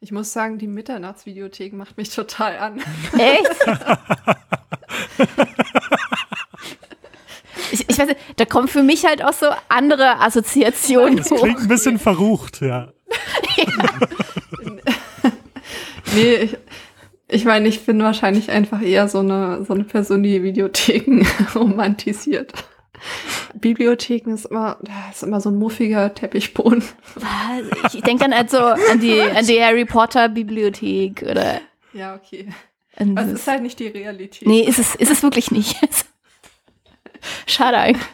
Ich muss sagen, die Mitternachtsvideothek macht mich total an. Echt? Ich weiß nicht, da kommen für mich halt auch so andere Assoziationen Das hoch. klingt ein bisschen verrucht, ja. Nee, ich meine, ich bin wahrscheinlich einfach eher so eine Person, die Videotheken romantisiert. Bibliotheken ist immer so ein muffiger Teppichboden. Was? Ich denke dann halt so an die Harry Potter Bibliothek oder. Ja, okay. Das ist halt nicht die Realität. Nee, ist es wirklich nicht. Schade eigentlich.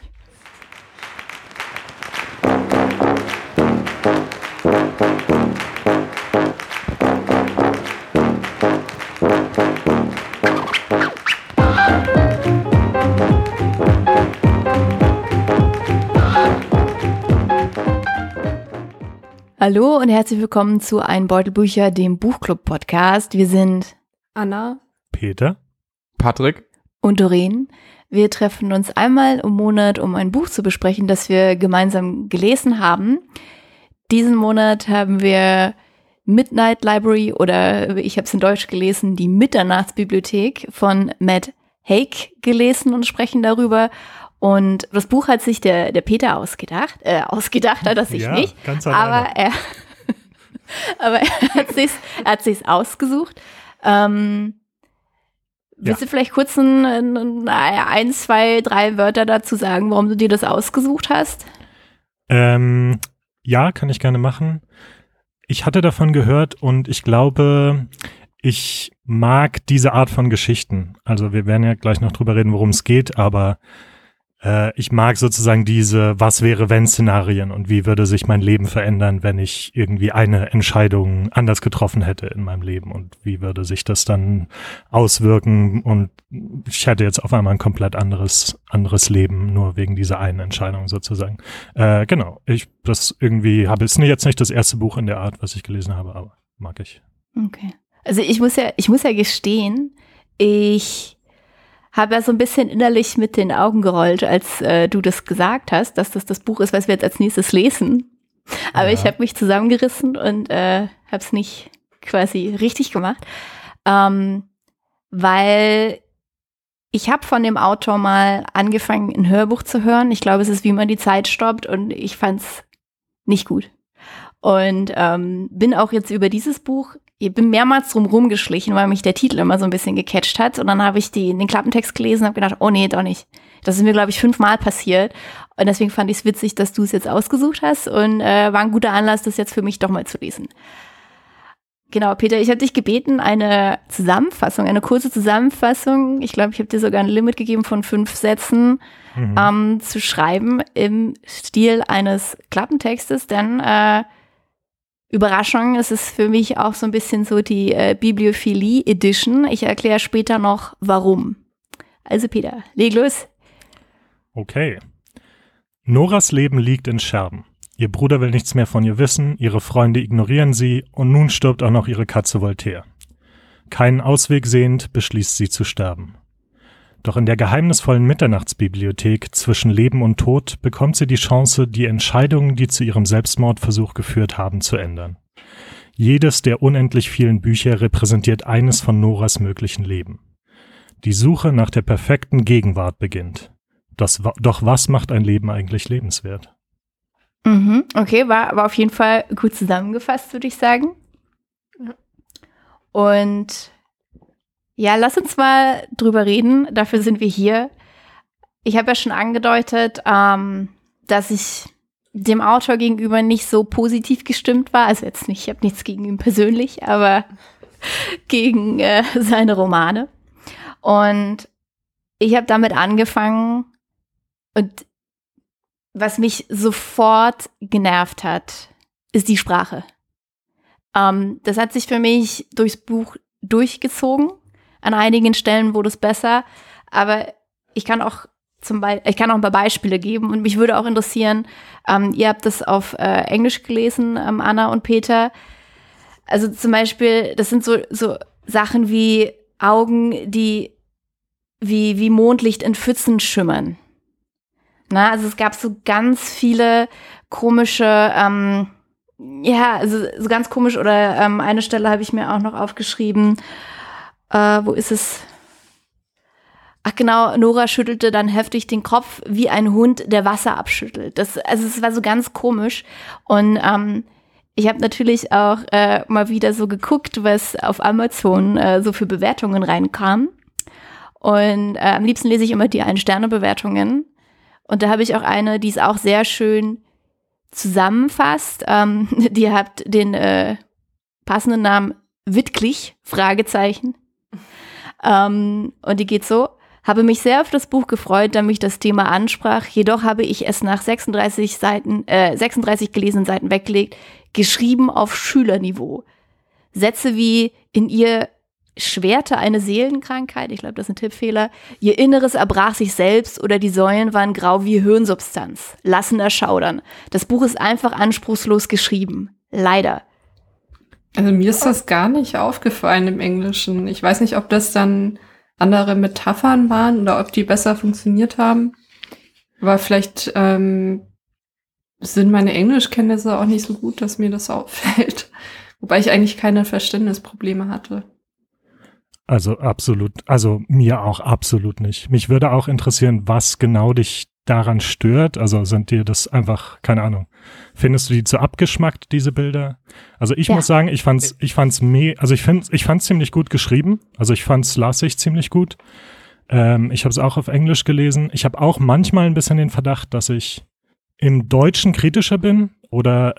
Hallo und herzlich willkommen zu Ein Beutel Bücher, dem Buchclub-Podcast. Wir sind Anna, Peter, Patrick und Doreen. Wir treffen uns einmal im Monat, um ein Buch zu besprechen, das wir gemeinsam gelesen haben. Diesen Monat haben wir Midnight Library oder ich habe es in Deutsch gelesen, die Mitternachtsbibliothek von Matt Haig gelesen und sprechen darüber. Und das Buch hat sich der Peter ausgedacht hat das sich ja, nicht, ganz aber alleine. er hat sich's ausgesucht. Willst du vielleicht kurz ein, zwei, drei Wörter dazu sagen, warum du dir das ausgesucht hast? Ja, kann ich gerne machen. Ich hatte davon gehört und ich glaube, ich mag diese Art von Geschichten. Also wir werden ja gleich noch drüber reden, worum es geht, aber ich mag sozusagen diese Was-wäre-wenn-Szenarien und wie würde sich mein Leben verändern, wenn ich irgendwie eine Entscheidung anders getroffen hätte in meinem Leben und wie würde sich das dann auswirken und ich hätte jetzt auf einmal ein komplett anderes Leben, nur wegen dieser einen Entscheidung sozusagen. Genau, ist jetzt nicht das erste Buch in der Art, was ich gelesen habe, aber mag ich. Okay. Also ich muss ja gestehen, ich habe ja so ein bisschen innerlich mit den Augen gerollt, als du das gesagt hast, dass das Buch ist, was wir jetzt als nächstes lesen. Aber Ja. ich habe mich zusammengerissen und habe es nicht quasi richtig gemacht, weil ich habe von dem Autor mal angefangen, ein Hörbuch zu hören. Ich glaube, es ist, wie man die Zeit stoppt und ich fand es nicht gut. Und bin auch jetzt über dieses Buch, ich bin mehrmals drum rumgeschlichen, weil mich der Titel immer so ein bisschen gecatcht hat. Und dann habe ich den Klappentext gelesen und habe gedacht, oh nee, doch nicht. Das ist mir, glaube ich, 5-mal passiert. Und deswegen fand ich es witzig, dass du es jetzt ausgesucht hast. Und war ein guter Anlass, das jetzt für mich doch mal zu lesen. Genau, Peter, ich habe dich gebeten, eine kurze Zusammenfassung, ich glaube, ich habe dir sogar ein Limit gegeben von 5 Sätzen, zu schreiben im Stil eines Klappentextes, denn Überraschung, es ist für mich auch so ein bisschen so die Bibliophilie Edition. Ich erkläre später noch, warum. Also Peter, leg los. Okay. Noras Leben liegt in Scherben. Ihr Bruder will nichts mehr von ihr wissen, ihre Freunde ignorieren sie und nun stirbt auch noch ihre Katze Voltaire. Keinen Ausweg sehend, beschließt sie zu sterben. Doch in der geheimnisvollen Mitternachtsbibliothek zwischen Leben und Tod bekommt sie die Chance, die Entscheidungen, die zu ihrem Selbstmordversuch geführt haben, zu ändern. Jedes der unendlich vielen Bücher repräsentiert eines von Noras möglichen Leben. Die Suche nach der perfekten Gegenwart beginnt. Doch was macht ein Leben eigentlich lebenswert? Okay, war auf jeden Fall gut zusammengefasst, würde ich sagen. Ja. Und ja, lass uns mal drüber reden. Dafür sind wir hier. Ich habe ja schon angedeutet, dass ich dem Autor gegenüber nicht so positiv gestimmt war. Also jetzt nicht, ich habe nichts gegen ihn persönlich, aber gegen seine Romane. Und ich habe damit angefangen und was mich sofort genervt hat, ist die Sprache. Das hat sich für mich durchs Buch durchgezogen. An einigen Stellen wurde es besser, aber ich kann auch ein paar Beispiele geben und mich würde auch interessieren, ihr habt das auf Englisch gelesen, Anna und Peter. Also zum Beispiel, das sind so Sachen wie Augen, die wie Mondlicht in Pfützen schimmern. Na, also es gab so ganz viele komische ja, also so ganz komisch. Oder eine Stelle habe ich mir auch noch aufgeschrieben. Wo ist es? Ach genau, Nora schüttelte dann heftig den Kopf wie ein Hund, der Wasser abschüttelt. Also es war so ganz komisch. Und ich habe natürlich auch mal wieder so geguckt, was auf Amazon so für Bewertungen reinkam. Und am liebsten lese ich immer die 1-Sterne-Bewertungen. Und da habe ich auch eine, die es auch sehr schön zusammenfasst. Die hat den passenden Namen Wittlich, Fragezeichen. Und die geht so: Habe mich sehr auf das Buch gefreut, da mich das Thema ansprach. Jedoch habe ich es nach 36 gelesenen Seiten weggelegt, geschrieben auf Schülerniveau. Sätze wie: In ihr schwerte eine Seelenkrankheit, ich glaube, das ist ein Tippfehler, ihr Inneres erbrach sich selbst oder die Säulen waren grau wie Hirnsubstanz, lassen erschaudern. Das Buch ist einfach anspruchslos geschrieben. Leider. Also mir ist das gar nicht aufgefallen im Englischen. Ich weiß nicht, ob das dann andere Metaphern waren oder ob die besser funktioniert haben. Aber vielleicht sind meine Englischkenntnisse auch nicht so gut, dass mir das auffällt. Wobei ich eigentlich keine Verständnisprobleme hatte. Also absolut, also mir auch absolut nicht. Mich würde auch interessieren, was genau dich daran stört. Also sind dir das einfach, keine Ahnung, findest du die zu abgeschmackt, diese Bilder? Also ich muss sagen, ich fand's ziemlich gut geschrieben. Also ich las ich ziemlich gut. Ich habe es auch auf Englisch gelesen. Ich habe auch manchmal ein bisschen den Verdacht, dass ich im Deutschen kritischer bin oder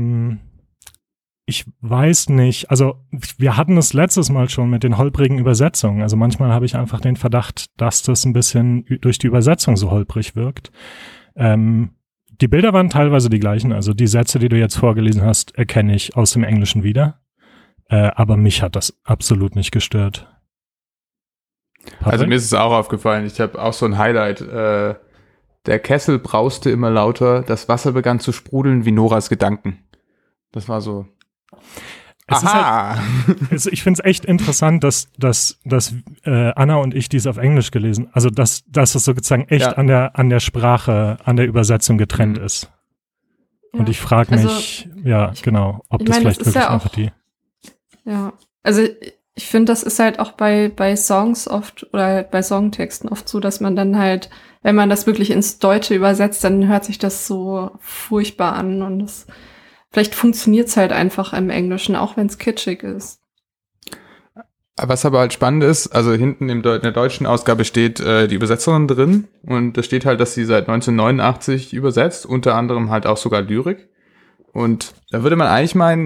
ich weiß nicht, also wir hatten es letztes Mal schon mit den holprigen Übersetzungen. Also manchmal habe ich einfach den Verdacht, dass das ein bisschen durch die Übersetzung so holprig wirkt. Die Bilder waren teilweise die gleichen. Also die Sätze, die du jetzt vorgelesen hast, erkenne ich aus dem Englischen wieder. Aber mich hat das absolut nicht gestört. Patrick? Also mir ist es auch aufgefallen. Ich habe auch so ein Highlight. Der Kessel brauste immer lauter, das Wasser begann zu sprudeln wie Noras Gedanken. Das war so... Ich finde es echt interessant, dass Anna und ich dies auf Englisch gelesen, also dass es sozusagen echt an der Sprache, an der Übersetzung getrennt ist. Und ich frage mich, ob das vielleicht wirklich einfach die... Ja, also ich finde, das ist halt auch bei Songs oft oder bei Songtexten oft so, dass man dann halt, wenn man das wirklich ins Deutsche übersetzt, dann hört sich das so furchtbar an und vielleicht funktioniert es halt einfach im Englischen, auch wenn es kitschig ist. Was aber halt spannend ist, also hinten in der deutschen Ausgabe steht die Übersetzerin drin und da steht halt, dass sie seit 1989 übersetzt, unter anderem halt auch sogar Lyrik. Und da würde man eigentlich meinen,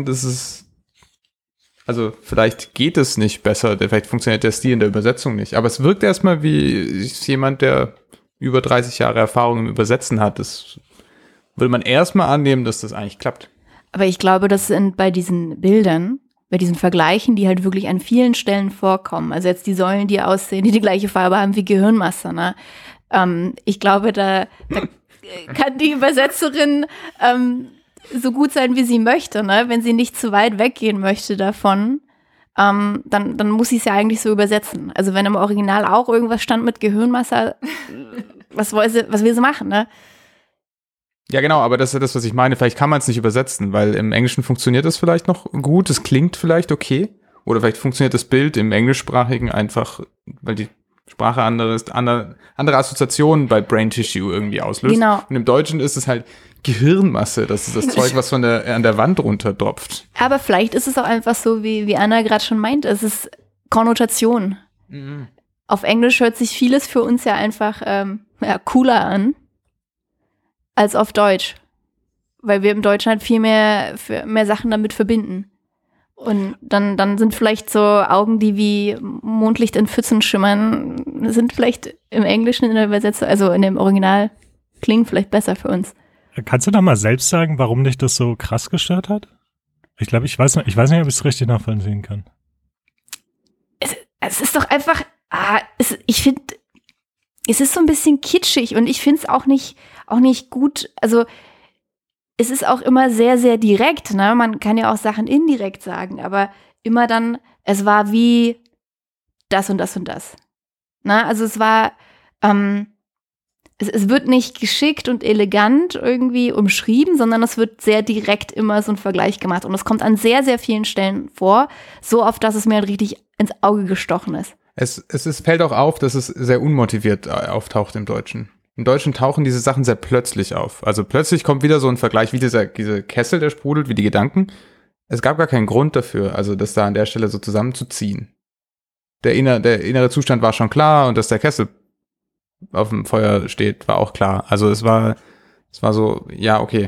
also vielleicht geht es nicht besser, vielleicht funktioniert der Stil in der Übersetzung nicht, aber es wirkt erstmal wie jemand, der über 30 Jahre Erfahrung im Übersetzen hat. Das würde man erstmal annehmen, dass das eigentlich klappt. Aber ich glaube, das sind bei diesen Bildern, bei diesen Vergleichen, die halt wirklich an vielen Stellen vorkommen. Also jetzt die Säulen, die aussehen, die gleiche Farbe haben wie Gehirnmasse. Ne? Ich glaube, da kann die Übersetzerin so gut sein, wie sie möchte. Ne? Wenn sie nicht zu weit weggehen möchte davon, dann muss sie es ja eigentlich so übersetzen. Also wenn im Original auch irgendwas stand mit Gehirnmasse, was will sie machen, ne? Ja, genau, aber das ist ja das, was ich meine. Vielleicht kann man es nicht übersetzen, weil im Englischen funktioniert das vielleicht noch gut, es klingt vielleicht okay. Oder vielleicht funktioniert das Bild im Englischsprachigen einfach, weil die Sprache andere Assoziationen bei Brain Tissue irgendwie auslöst. Genau. Und im Deutschen ist es halt Gehirnmasse, das ist das Zeug, was an der Wand runtertropft. Aber vielleicht ist es auch einfach so, wie Anna gerade schon meint, es ist Konnotation. Mhm. Auf Englisch hört sich vieles für uns ja einfach cooler an als auf Deutsch. Weil wir im Deutschen halt viel mehr Sachen damit verbinden. Und dann sind vielleicht so Augen, die wie Mondlicht in Pfützen schimmern, sind vielleicht im Englischen in der Übersetzung, also in dem Original, klingen vielleicht besser für uns. Kannst du da mal selbst sagen, warum dich das so krass gestört hat? Ich glaube, ich weiß nicht, ob ich es richtig nachvollziehen kann. Es ist doch einfach, ich finde, es ist so ein bisschen kitschig und ich finde es auch nicht gut, also es ist auch immer sehr, sehr direkt, ne? Man kann ja auch Sachen indirekt sagen, aber immer dann, es war wie das und das und das. Ne? Also es war, es wird nicht geschickt und elegant irgendwie umschrieben, sondern es wird sehr direkt immer so ein Vergleich gemacht. Und es kommt an sehr, sehr vielen Stellen vor, so oft, dass es mir halt richtig ins Auge gestochen ist. Fällt auch auf, dass es sehr unmotiviert auftaucht im Deutschen. Im Deutschen tauchen diese Sachen sehr plötzlich auf. Also plötzlich kommt wieder so ein Vergleich, wie diese Kessel, der sprudelt, wie die Gedanken. Es gab gar keinen Grund dafür, also das da an der Stelle so zusammenzuziehen. Der innere Zustand war schon klar und dass der Kessel auf dem Feuer steht, war auch klar. Also es war so, ja, okay.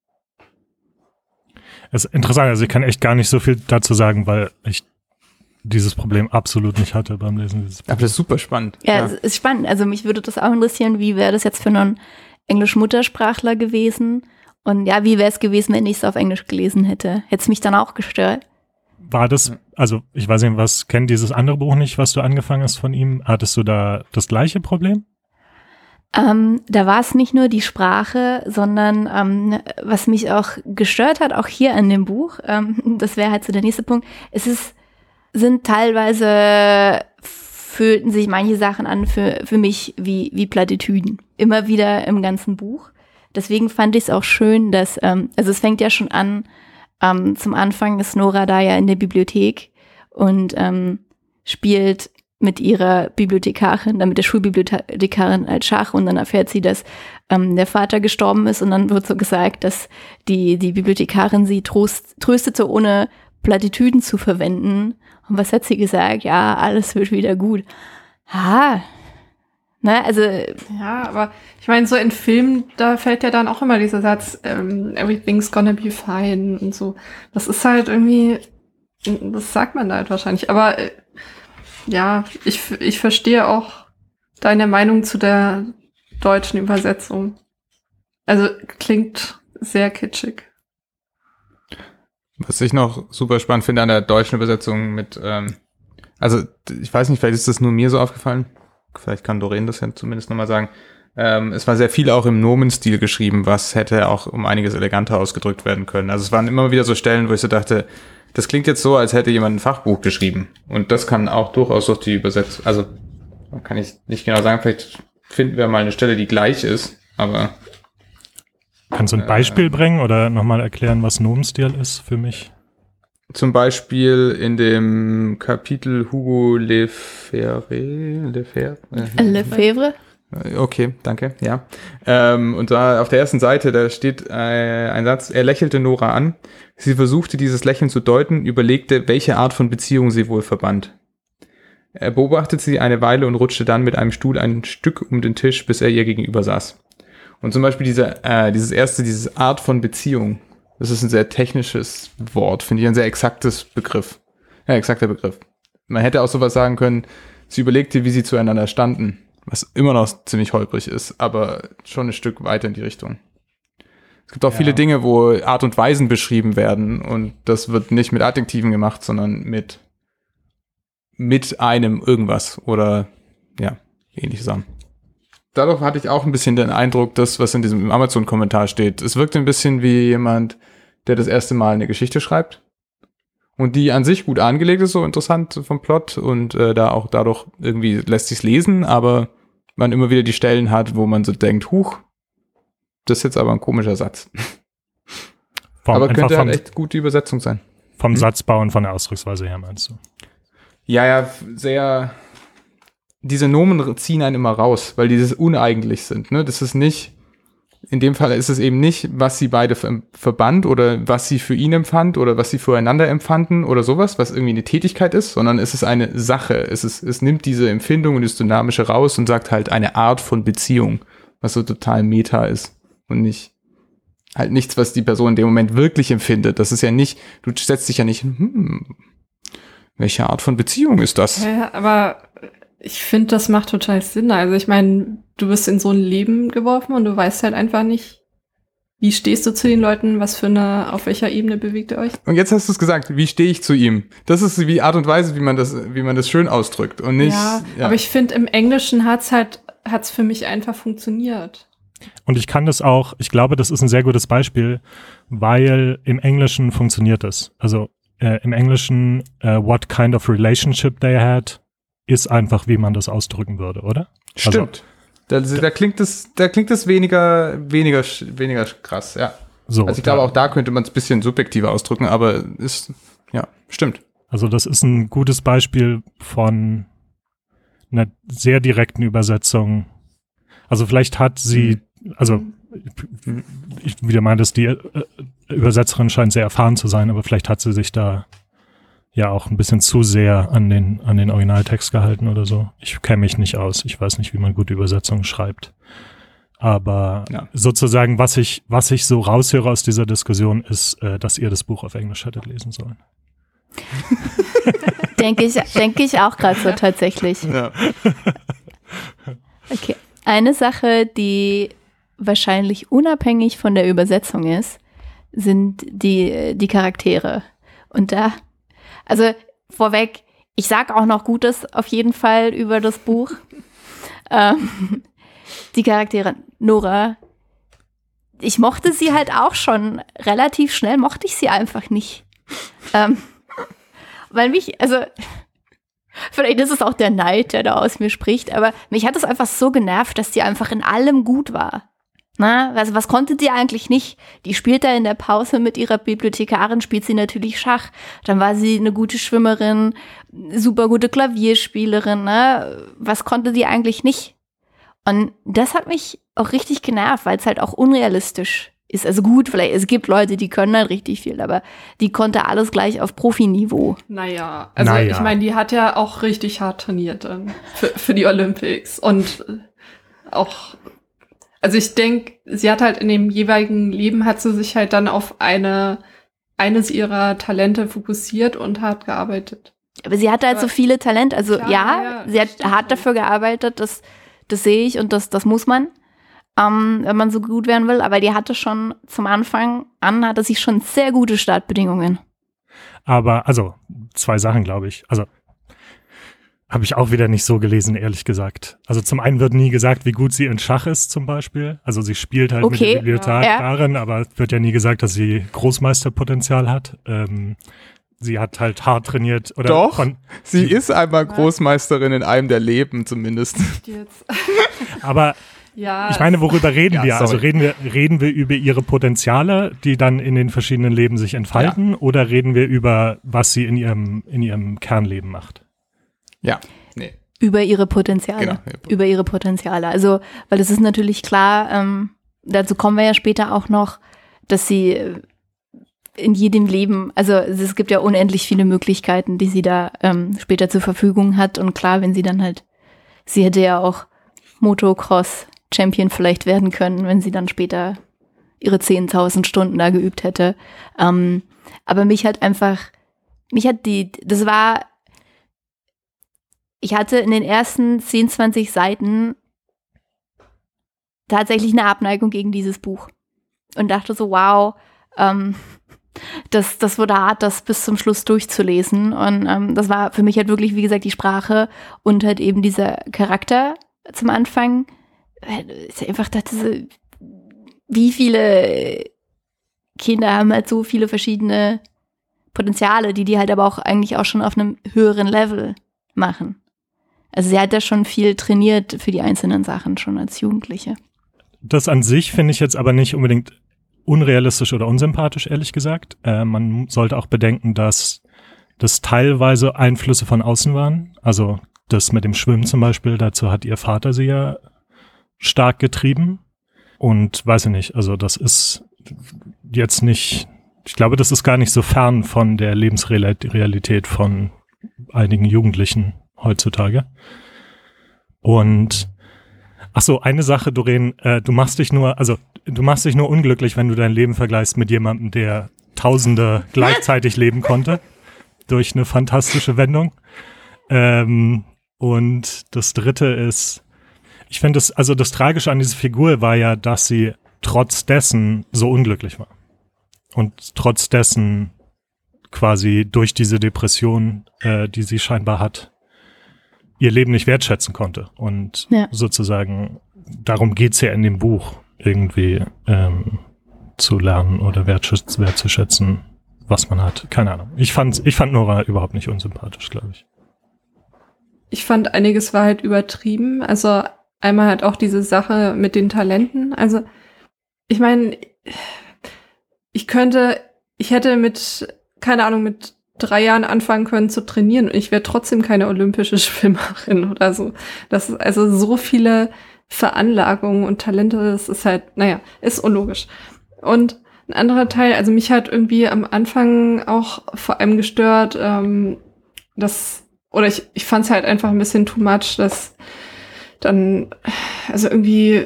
Es ist interessant, also ich kann echt gar nicht so viel dazu sagen, weil ich dieses Problem absolut nicht hatte beim Lesen dieses Buches. Aber das ist super spannend. Ja, es ist spannend. Also mich würde das auch interessieren, wie wäre das jetzt für einen Englisch-Muttersprachler gewesen? Und ja, wie wäre es gewesen, wenn ich es auf Englisch gelesen hätte? Hätte es mich dann auch gestört? War das, also ich weiß nicht, kennt dieses andere Buch nicht, was du angefangen hast von ihm? Hattest du da das gleiche Problem? Da war es nicht nur die Sprache, sondern was mich auch gestört hat, auch hier an dem Buch, das wäre halt so der nächste Punkt, sind teilweise, fühlten sich manche Sachen an für mich wie Plattitüden, immer wieder im ganzen Buch. Deswegen fand ich es auch schön, dass, also es fängt ja schon an, zum Anfang ist Nora da ja in der Bibliothek und spielt mit ihrer Bibliothekarin, mit der Schulbibliothekarin als Schach und dann erfährt sie, dass der Vater gestorben ist und dann wird so gesagt, dass die Bibliothekarin sie tröstete, ohne Plattitüden zu verwenden. Und was hat sie gesagt? Ja, alles wird wieder gut. Also ja, aber ich meine, so in Filmen, da fällt ja dann auch immer dieser Satz, everything's gonna be fine und so. Das ist halt irgendwie, das sagt man da halt wahrscheinlich. Aber ja, ich verstehe auch deine Meinung zu der deutschen Übersetzung. Also klingt sehr kitschig. Was ich noch super spannend finde an der deutschen Übersetzung also ich weiß nicht, vielleicht ist das nur mir so aufgefallen. Vielleicht kann Doreen das ja zumindest nochmal sagen. Es war sehr viel auch im Nomenstil geschrieben, was hätte auch um einiges eleganter ausgedrückt werden können. Also es waren immer wieder so Stellen, wo ich so dachte, das klingt jetzt so, als hätte jemand ein Fachbuch geschrieben. Und das kann auch durchaus durch die Übersetzung, also kann ich nicht genau sagen, vielleicht finden wir mal eine Stelle, die gleich ist, aber... Kannst du ein Beispiel bringen oder nochmal erklären, was Nomenstil ist für mich? Zum Beispiel in dem Kapitel Hugo Lefebvre. Okay, danke, ja. Und da auf der ersten Seite, da steht ein Satz, er lächelte Nora an. Sie versuchte, dieses Lächeln zu deuten, überlegte, welche Art von Beziehung sie wohl verband. Er beobachtete sie eine Weile und rutschte dann mit einem Stuhl ein Stück um den Tisch, bis er ihr gegenüber saß. Und zum Beispiel diese Art von Beziehung, das ist ein sehr technisches Wort, finde ich, ein sehr exakter Begriff. Man hätte auch sowas sagen können, sie überlegte, wie sie zueinander standen, was immer noch ziemlich holprig ist, aber schon ein Stück weiter in die Richtung. Es gibt auch viele Dinge, wo Art und Weisen beschrieben werden und das wird nicht mit Adjektiven gemacht, sondern mit einem irgendwas oder ja, ähnliche Sachen. Dadurch hatte ich auch ein bisschen den Eindruck, das, was in diesem Amazon-Kommentar steht, es wirkt ein bisschen wie jemand, der das erste Mal eine Geschichte schreibt und die an sich gut angelegt ist, so interessant vom Plot und da auch dadurch irgendwie lässt sich's lesen, aber man immer wieder die Stellen hat, wo man so denkt, huch, das ist jetzt aber ein komischer Satz. Aber könnte halt echt gut die Übersetzung sein. Vom Satzbau und von der Ausdrucksweise her, meinst du? Ja, sehr... Diese Nomen ziehen einen immer raus, weil die uneigentlich sind. Ne? Das ist nicht, in dem Fall ist es eben nicht, was sie beide verband oder was sie für ihn empfand oder was sie füreinander empfanden oder sowas, was irgendwie eine Tätigkeit ist, sondern es ist eine Sache. Es nimmt diese Empfindung und das Dynamische raus und sagt halt eine Art von Beziehung, was so total meta ist und nicht halt nichts, was die Person in dem Moment wirklich empfindet. Das ist ja nicht, du setzt dich ja nicht, welche Art von Beziehung ist das? Ja, aber ich finde, das macht total Sinn. Also ich meine, du bist in so ein Leben geworfen und du weißt halt einfach nicht, wie stehst du zu den Leuten, auf welcher Ebene bewegt ihr euch? Und jetzt hast du es gesagt, wie stehe ich zu ihm? Das ist die Art und Weise, wie man das schön ausdrückt und nicht. Ja. Aber ich finde, im Englischen hat's für mich einfach funktioniert. Und ich kann das auch, ich glaube, das ist ein sehr gutes Beispiel, weil im Englischen funktioniert es. Also im Englischen, what kind of relationship they had, ist einfach, wie man das ausdrücken würde, oder? Stimmt. Da klingt es weniger krass, ja. So, also ich glaube, auch da könnte man es ein bisschen subjektiver ausdrücken, aber stimmt. Also das ist ein gutes Beispiel von einer sehr direkten Übersetzung. Also vielleicht hat sie, also wie du meintest, die Übersetzerin scheint sehr erfahren zu sein, aber vielleicht hat sie sich da ja auch ein bisschen zu sehr an den Originaltext gehalten oder so. Ich kenne mich nicht aus. Ich weiß nicht, wie man gute Übersetzungen schreibt. Aber sozusagen, was ich so raushöre aus dieser Diskussion, ist, dass ihr das Buch auf Englisch hättet lesen sollen. Denke ich auch gerade so tatsächlich. Ja. Okay. Eine Sache, die wahrscheinlich unabhängig von der Übersetzung ist, sind die Charaktere. Und da, also vorweg, ich sag auch noch Gutes auf jeden Fall über das Buch. Die Charaktere, Nora, ich mochte sie halt auch schon relativ schnell, mochte ich sie einfach nicht. Weil vielleicht ist es auch der Neid, der da aus mir spricht, aber mich hat es einfach so genervt, dass die einfach in allem gut war. Na, also was konnte die eigentlich nicht? Die spielt da in der Pause mit ihrer Bibliothekarin, spielt sie natürlich Schach. Dann war sie eine gute Schwimmerin, super gute Klavierspielerin. Ne? Was konnte die eigentlich nicht? Und das hat mich auch richtig genervt, weil es halt auch unrealistisch ist. Also gut, vielleicht, es gibt Leute, die können halt richtig viel, aber die konnte alles gleich auf Profiniveau. Naja, ich meine, die hat ja auch richtig hart trainiert für die Olympics. Und auch, also ich denke, sie hat halt in dem jeweiligen Leben, hat sie sich halt dann auf eines ihrer Talente fokussiert und hart gearbeitet. Aber sie hatte halt so viele Talente. Also klar, sie hat hart dafür gearbeitet, das sehe ich und das muss man, wenn man so gut werden will. Aber die hatte schon zum Anfang an, hatte sie schon sehr gute Startbedingungen. Aber, also, 2 Sachen, glaube ich. Also, habe ich auch wieder nicht so gelesen, ehrlich gesagt. Also zum einen wird nie gesagt, wie gut sie in Schach ist zum Beispiel. Also sie spielt halt mit der Bibliothekarin, aber es wird ja nie gesagt, dass sie Großmeisterpotenzial hat. Sie hat halt hart trainiert. Oder doch, sie ist einmal Großmeisterin in einem der Leben zumindest. Aber ich meine, worüber reden wir? Also reden wir über ihre Potenziale, die dann in den verschiedenen Leben sich entfalten, oder reden wir über, was sie in ihrem Kernleben macht? Ja, nee. Über ihre Potenziale. Genau. Über ihre Potenziale. Also, weil es ist natürlich klar, dazu kommen wir ja später auch noch, dass sie in jedem Leben, also es gibt ja unendlich viele Möglichkeiten, die sie da später zur Verfügung hat. Und klar, wenn sie dann halt, sie hätte ja auch Motocross-Champion vielleicht werden können, wenn sie dann später ihre 10.000 Stunden da geübt hätte. Aber ich hatte in den ersten 10, 20 Seiten tatsächlich eine Abneigung gegen dieses Buch und dachte so, wow, das wurde hart, das bis zum Schluss durchzulesen. Und das war für mich halt wirklich, wie gesagt, die Sprache und halt eben dieser Charakter zum Anfang. Ich einfach dachte, wie viele Kinder haben halt so viele verschiedene Potenziale, die halt aber auch eigentlich auch schon auf einem höheren Level machen. Also sie hat ja schon viel trainiert für die einzelnen Sachen schon als Jugendliche. Das an sich finde ich jetzt aber nicht unbedingt unrealistisch oder unsympathisch, ehrlich gesagt. Man sollte auch bedenken, dass das teilweise Einflüsse von außen waren. Also das mit dem Schwimmen zum Beispiel, dazu hat ihr Vater sie ja stark getrieben. Und weiß ich nicht, also das ist jetzt nicht, ich glaube, das ist gar nicht so fern von der Lebensrealität von einigen Jugendlichen heutzutage. Und ach so, eine Sache, Doreen, du machst dich nur unglücklich, wenn du dein Leben vergleichst mit jemandem, der Tausende gleichzeitig leben konnte, durch eine fantastische Wendung. Und das Dritte ist, ich finde das Tragische an dieser Figur war ja, dass sie trotz dessen so unglücklich war. Und trotz dessen quasi durch diese Depression, die sie scheinbar hat, ihr Leben nicht wertschätzen konnte. Und sozusagen, darum geht's ja in dem Buch, irgendwie zu lernen oder wertzuschätzen, was man hat. Keine Ahnung. Ich fand Nora überhaupt nicht unsympathisch, glaube ich. Ich fand, einiges war halt übertrieben. Also einmal halt auch diese Sache mit den Talenten. Also, ich meine, ich hätte mit 3 Jahren anfangen können zu trainieren und ich wäre trotzdem keine olympische Schwimmerin oder so. Das ist also so viele Veranlagungen und Talente, das ist halt, ist unlogisch. Und ein anderer Teil, also mich hat irgendwie am Anfang auch vor allem gestört, ich fand es halt einfach ein bisschen too much, dass dann, also irgendwie,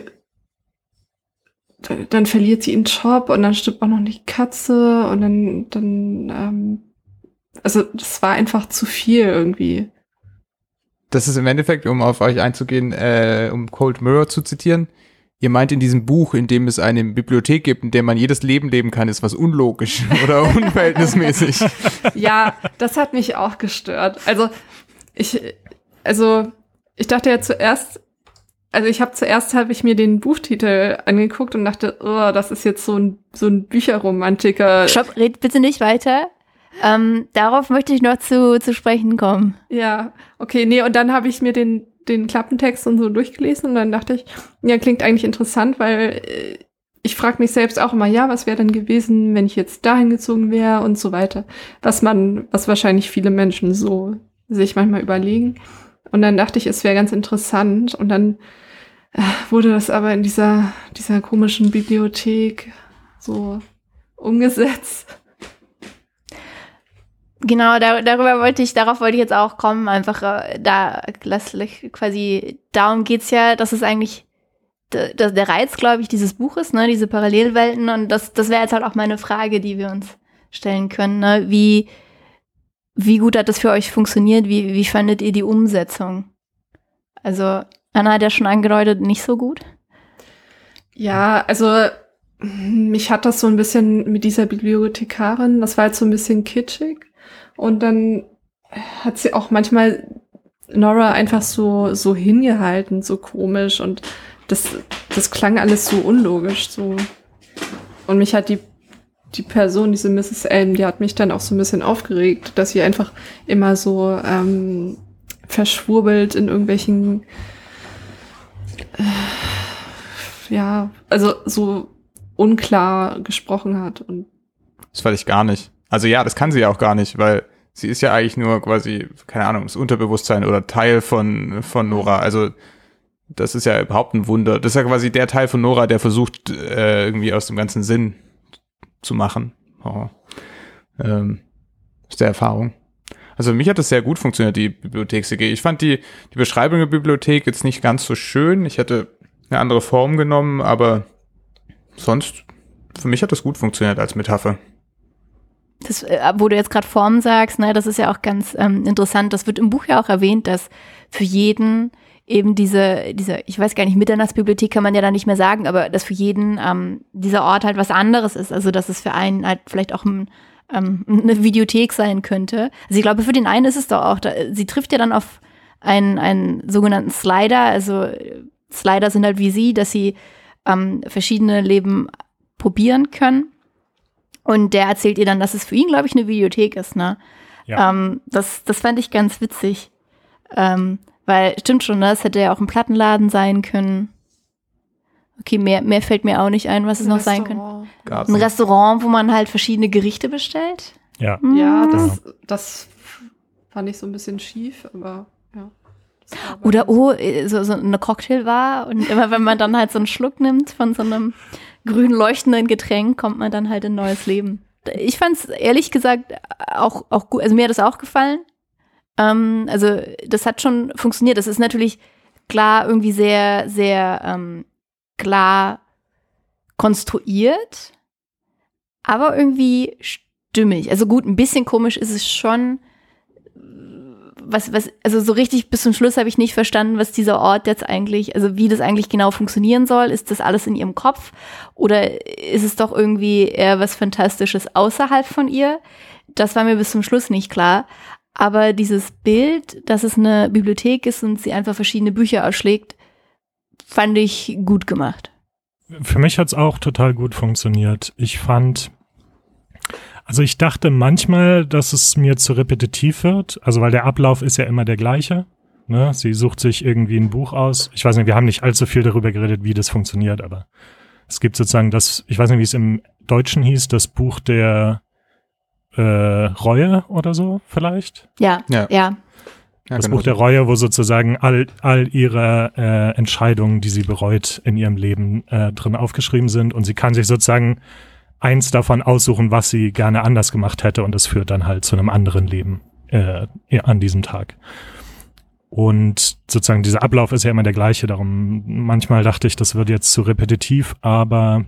dann verliert sie ihren Job und dann stirbt auch noch die Katze und dann also das war einfach zu viel irgendwie. Das ist im Endeffekt, um auf euch einzugehen, um Cold Mirror zu zitieren, ihr meint in diesem Buch, in dem es eine Bibliothek gibt, in der man jedes Leben leben kann, ist was unlogisch oder unverhältnismäßig. Ja, das hat mich auch gestört. Also ich dachte ja zuerst, habe ich mir den Buchtitel angeguckt und dachte, oh, das ist jetzt so ein Bücherromantiker. Stopp, red bitte nicht weiter. Darauf möchte ich noch zu sprechen kommen. Ja, okay, nee, und dann habe ich mir den Klappentext und so durchgelesen und dann dachte ich, ja, klingt eigentlich interessant, weil ich frage mich selbst auch immer, ja, was wäre denn gewesen, wenn ich jetzt dahin gezogen wäre und so weiter. Was wahrscheinlich viele Menschen so sich manchmal überlegen. Und dann dachte ich, es wäre ganz interessant und dann wurde das aber in dieser komischen Bibliothek so umgesetzt. Genau, darauf wollte ich jetzt auch kommen, einfach darum geht's ja, dass es eigentlich der Reiz, glaube ich, dieses Buches, ne, diese Parallelwelten, und das wäre jetzt halt auch meine Frage, die wir uns stellen können, ne, wie gut hat das für euch funktioniert, wie fandet ihr die Umsetzung? Also, Anna hat ja schon angedeutet, nicht so gut. Ja, also mich hat das so ein bisschen mit dieser Bibliothekarin, das war jetzt so ein bisschen kitschig. Und dann hat sie auch manchmal Nora einfach so hingehalten, so komisch. Und das klang alles so unlogisch. So. Und mich hat die Person, diese Mrs. Elm, die hat mich dann auch so ein bisschen aufgeregt, dass sie einfach immer so verschwurbelt in irgendwelchen also so unklar gesprochen hat. Und das fand ich gar nicht. Also ja, das kann sie ja auch gar nicht, weil sie ist ja eigentlich nur quasi, keine Ahnung, das Unterbewusstsein oder Teil von Nora. Also das ist ja überhaupt ein Wunder. Das ist ja quasi der Teil von Nora, der versucht, irgendwie aus dem ganzen Sinn zu machen. Aus der Erfahrung. Also für mich hat das sehr gut funktioniert, die Bibliotheks-CG. Ich fand die Beschreibung der Bibliothek jetzt nicht ganz so schön. Ich hätte eine andere Form genommen, aber sonst, für mich hat das gut funktioniert als Metapher. Das, wo du jetzt gerade Form sagst, ne, das ist ja auch ganz interessant. Das wird im Buch ja auch erwähnt, dass für jeden eben diese, ich weiß gar nicht, Mitternachtsbibliothek kann man ja da nicht mehr sagen, aber dass für jeden dieser Ort halt was anderes ist. Also dass es für einen halt vielleicht auch eine Videothek sein könnte. Also ich glaube, für den einen ist es doch auch, sie trifft ja dann auf einen sogenannten Slider. Also Slider sind halt wie sie, dass sie verschiedene Leben probieren können. Und der erzählt ihr dann, dass es für ihn, glaube ich, eine Videothek ist, ne? Ja. Das fand ich ganz witzig. Weil, stimmt schon, ne? Es hätte ja auch ein Plattenladen sein können. Okay, mehr fällt mir auch nicht ein, was es noch sein könnte. Ein Restaurant, wo man halt verschiedene Gerichte bestellt. Ja. Ja, das fand ich so ein bisschen schief, aber ja. Oder so eine Cocktailbar, und immer wenn man dann halt so einen Schluck nimmt von so einem grün leuchtenden Getränk, kommt man dann halt in ein neues Leben. Ich fand es ehrlich gesagt auch gut, also mir hat das auch gefallen. Also das hat schon funktioniert. Das ist natürlich klar irgendwie sehr, sehr klar konstruiert, aber irgendwie stimmig. Also gut, ein bisschen komisch ist es schon. Also so richtig bis zum Schluss habe ich nicht verstanden, was dieser Ort jetzt eigentlich, also wie das eigentlich genau funktionieren soll. Ist das alles in ihrem Kopf oder ist es doch irgendwie eher was Fantastisches außerhalb von ihr? Das war mir bis zum Schluss nicht klar. Aber dieses Bild, dass es eine Bibliothek ist und sie einfach verschiedene Bücher ausschlägt, fand ich gut gemacht. Für mich hat es auch total gut funktioniert. Also ich dachte manchmal, dass es mir zu repetitiv wird, also weil der Ablauf ist ja immer der gleiche. Ne? Sie sucht sich irgendwie ein Buch aus. Ich weiß nicht, wir haben nicht allzu viel darüber geredet, wie das funktioniert, aber es gibt sozusagen ich weiß nicht, wie es im Deutschen hieß, das Buch der Reue oder so vielleicht. Ja. Das Buch der Reue, wo sozusagen all ihre Entscheidungen, die sie bereut in ihrem Leben drin aufgeschrieben sind, und sie kann sich sozusagen eins davon aussuchen, was sie gerne anders gemacht hätte, und das führt dann halt zu einem anderen Leben an diesem Tag. Und sozusagen dieser Ablauf ist ja immer der gleiche, darum manchmal dachte ich, das wird jetzt zu repetitiv, aber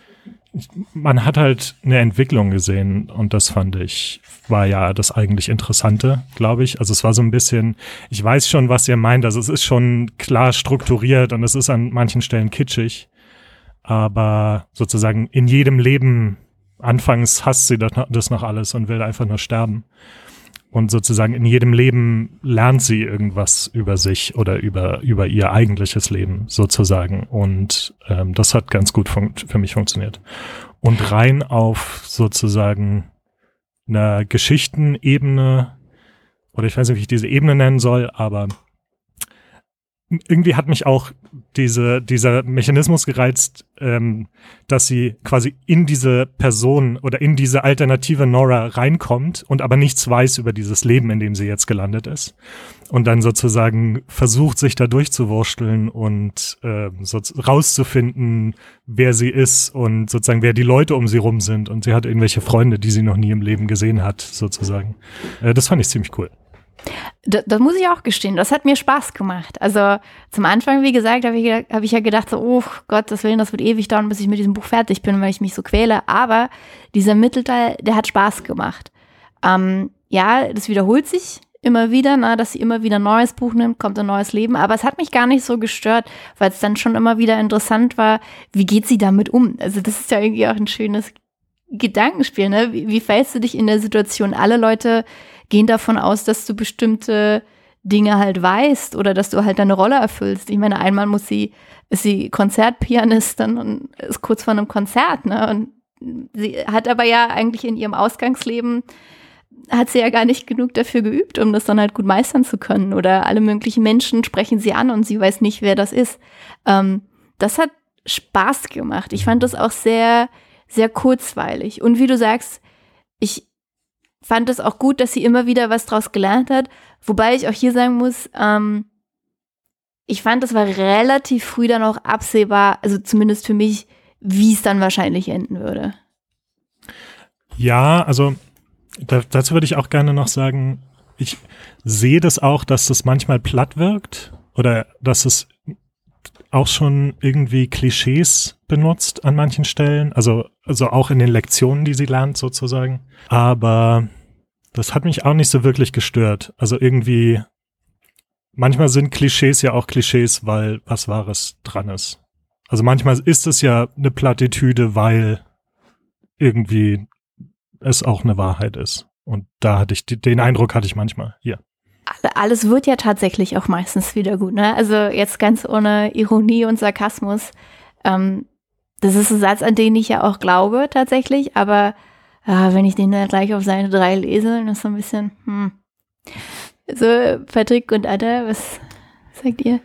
man hat halt eine Entwicklung gesehen, und das fand ich, war ja das eigentlich Interessante, glaube ich. Also es war so ein bisschen, ich weiß schon, was ihr meint, also es ist schon klar strukturiert und es ist an manchen Stellen kitschig, aber sozusagen in jedem Leben, anfangs hasst sie das noch alles und will einfach nur sterben. Und sozusagen in jedem Leben lernt sie irgendwas über sich oder über ihr eigentliches Leben sozusagen. Und das hat ganz gut für mich funktioniert. Und rein auf sozusagen einer Geschichtenebene, oder ich weiß nicht, wie ich diese Ebene nennen soll, aber irgendwie hat mich auch dieser Mechanismus gereizt, dass sie quasi in diese Person oder in diese alternative Nora reinkommt und aber nichts weiß über dieses Leben, in dem sie jetzt gelandet ist. Und dann sozusagen versucht, sich da durchzuwursteln und rauszufinden, wer sie ist und sozusagen, wer die Leute um sie rum sind. Und sie hat irgendwelche Freunde, die sie noch nie im Leben gesehen hat, sozusagen. Das fand ich ziemlich cool. Das muss ich auch gestehen, das hat mir Spaß gemacht. Also zum Anfang, wie gesagt, habe ich ja gedacht, so, oh Gottes Willen, das wird ewig dauern, bis ich mit diesem Buch fertig bin, weil ich mich so quäle. Aber dieser Mittelteil, der hat Spaß gemacht. Ja, das wiederholt sich immer wieder, dass sie immer wieder ein neues Buch nimmt, kommt ein neues Leben. Aber es hat mich gar nicht so gestört, weil es dann schon immer wieder interessant war, wie geht sie damit um? Also das ist ja irgendwie auch ein schönes Gedankenspiel, ne? Wie verhältst du dich in der Situation? Alle Leute gehen davon aus, dass du bestimmte Dinge halt weißt oder dass du halt deine Rolle erfüllst. Ich meine, einmal ist sie Konzertpianistin und ist kurz vor einem Konzert, ne? Und sie hat aber ja eigentlich in ihrem Ausgangsleben hat sie ja gar nicht genug dafür geübt, um das dann halt gut meistern zu können. Oder alle möglichen Menschen sprechen sie an und sie weiß nicht, wer das ist. Das hat Spaß gemacht. Ich fand das auch sehr, sehr kurzweilig. Und wie du sagst, ich fand es auch gut, dass sie immer wieder was draus gelernt hat. Wobei ich auch hier sagen muss, ich fand, das war relativ früh dann auch absehbar, also zumindest für mich, wie es dann wahrscheinlich enden würde. Ja, also dazu würde ich auch gerne noch sagen, ich sehe das auch, dass das manchmal platt wirkt oder dass es auch schon irgendwie Klischees benutzt an manchen Stellen, also auch in den Lektionen, die sie lernt sozusagen. Aber das hat mich auch nicht so wirklich gestört. Also irgendwie, manchmal sind Klischees ja auch Klischees, weil was Wahres dran ist. Also manchmal ist es ja eine Plattitüde, weil irgendwie es auch eine Wahrheit ist. Und da hatte ich den Eindruck hatte ich manchmal hier. Alles wird ja tatsächlich auch meistens wieder gut, ne? Also jetzt ganz ohne Ironie und Sarkasmus. Das ist ein Satz, an den ich ja auch glaube tatsächlich, aber wenn ich den dann gleich auf Seite 3 lese, dann ist so ein bisschen, So, Patrick und Ada, was sagt ihr?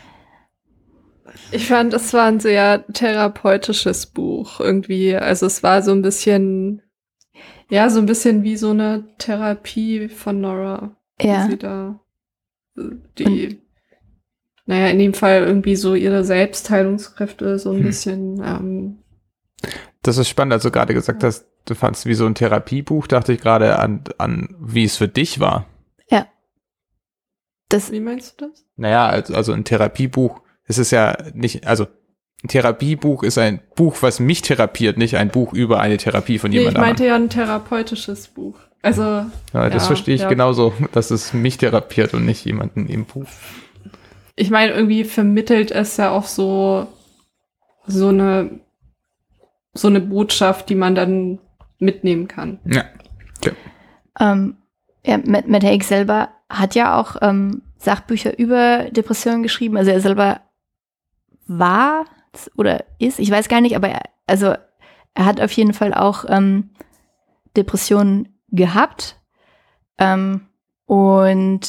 Ich fand, es war ein sehr therapeutisches Buch irgendwie. Also es war so ein bisschen wie so eine Therapie von Nora. Ja. Sie da, in dem Fall irgendwie so ihre Selbstheilungskräfte so ein bisschen. Das ist spannend, als du gerade gesagt hast, du fandst wie so ein Therapiebuch, dachte ich gerade an wie es für dich war. Ja. Wie meinst du das? Naja, also ein Therapiebuch, es ist ja nicht, also ein Therapiebuch ist ein Buch, was mich therapiert, nicht ein Buch über eine Therapie von jemand anderem. Ich meinte ja ein therapeutisches Buch. Also, ja, das verstehe ich genauso, dass es mich therapiert und nicht jemanden im Buch. Ich meine, irgendwie vermittelt es ja auch so eine Botschaft, die man dann mitnehmen kann. Ja. Okay. Matt Haig selber hat ja auch Sachbücher über Depressionen geschrieben. Also er selber war oder ist, ich weiß gar nicht, aber er hat auf jeden Fall auch Depressionen gehabt. Und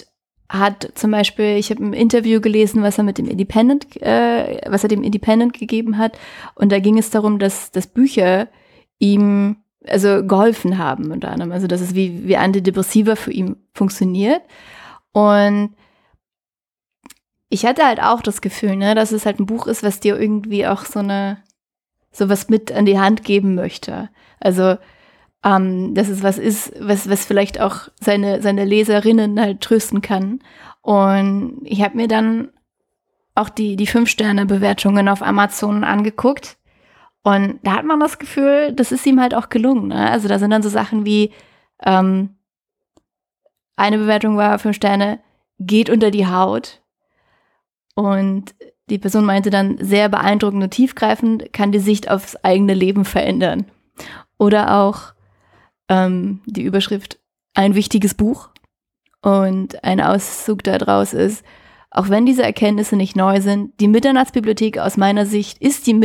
hat zum Beispiel, ich habe ein Interview gelesen, was er dem Independent gegeben hat, und da ging es darum, dass Bücher ihm also geholfen haben unter anderem, also dass es wie Antidepressiva für ihn funktioniert. Und ich hatte halt auch das Gefühl, ne, dass es halt ein Buch ist, was dir irgendwie auch so was mit an die Hand geben möchte. Also dass es was ist, was vielleicht auch seine Leserinnen halt trösten kann. Und ich habe mir dann auch die 5-Sterne-Bewertungen auf Amazon angeguckt. Und da hat man das Gefühl, das ist ihm halt auch gelungen. Ne? Also da sind dann so Sachen wie, eine Bewertung war 5 Sterne, geht unter die Haut. Und die Person meinte dann, sehr beeindruckend und tiefgreifend, kann die Sicht aufs eigene Leben verändern. Oder auch die Überschrift, ein wichtiges Buch. Und ein Auszug daraus ist, auch wenn diese Erkenntnisse nicht neu sind, ist die Mitternachtsbibliothek aus meiner Sicht